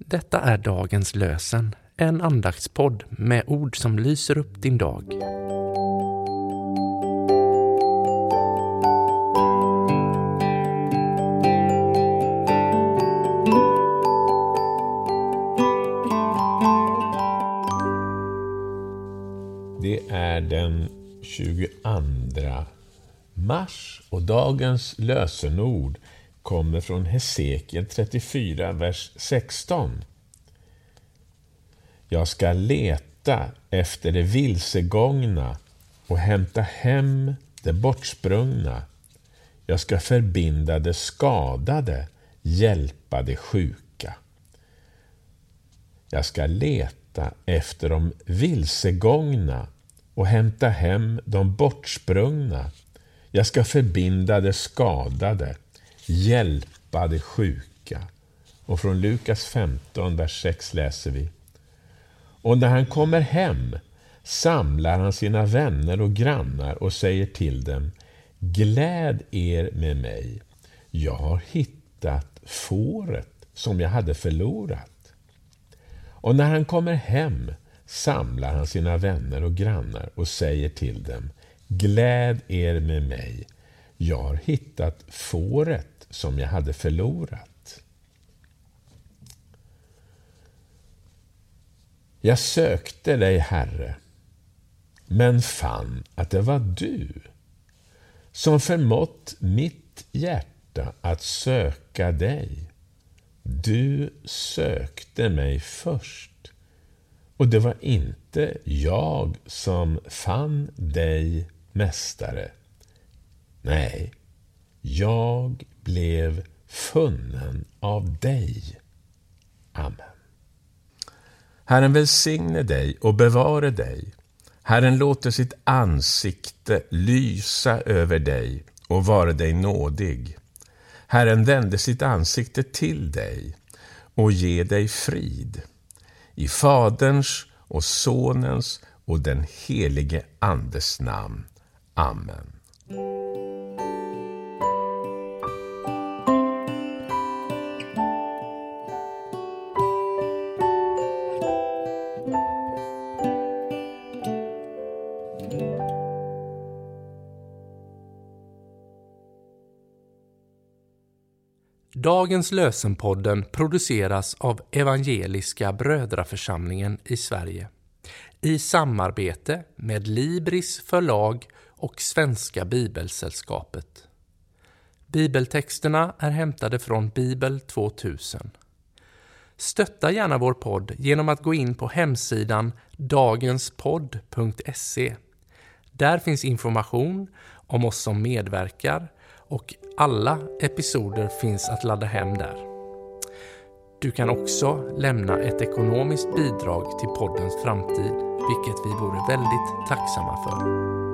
Detta är dagens lösen, en andaktspodd med ord som lyser upp din dag. Det är den 22 mars och dagens lösenord kommer från Hesekiel 34, vers 16. Jag ska leta efter det vilsegångna och hämta hem det bortsprungna. Jag ska förbinda det skadade, hjälpa det sjuka. Jag ska leta efter de vilsegångna och hämta hem de bortsprungna. Jag ska förbinda det skadade, hjälpa det sjuka. Och från Lukas 15, vers 6 läser vi: Och när han kommer hem samlar han sina vänner och grannar och säger till dem: Gläd er med mig, jag har hittat fåret som jag hade förlorat. Och när han kommer hem samlar han sina vänner och grannar och säger till dem: Gläd er med mig, jag har hittat fåret som jag hade förlorat. Jag sökte dig, Herre, men fann att det var du som förmått mitt hjärta att söka dig. Du sökte mig först, och det var inte jag som fann dig, mästare. Nej, jag blev funnen av dig. Amen. Herren välsigne dig och bevare dig. Herren låter sitt ansikte lysa över dig och vara dig nådig. Herren vände sitt ansikte till dig och ge dig frid. I Faderns och Sonens och den helige Andes namn. Amen. Dagens lösenpodden produceras av Evangeliska Brödraförsamlingen i Sverige i samarbete med Libris förlag och Svenska Bibelsällskapet. Bibeltexterna är hämtade från Bibel 2000. Stötta gärna vår podd genom att gå in på hemsidan dagenspodd.se. Där finns information om oss som medverkar och alla episoder finns att ladda hem där. Du kan också lämna ett ekonomiskt bidrag till poddens framtid, vilket vi vore väldigt tacksamma för.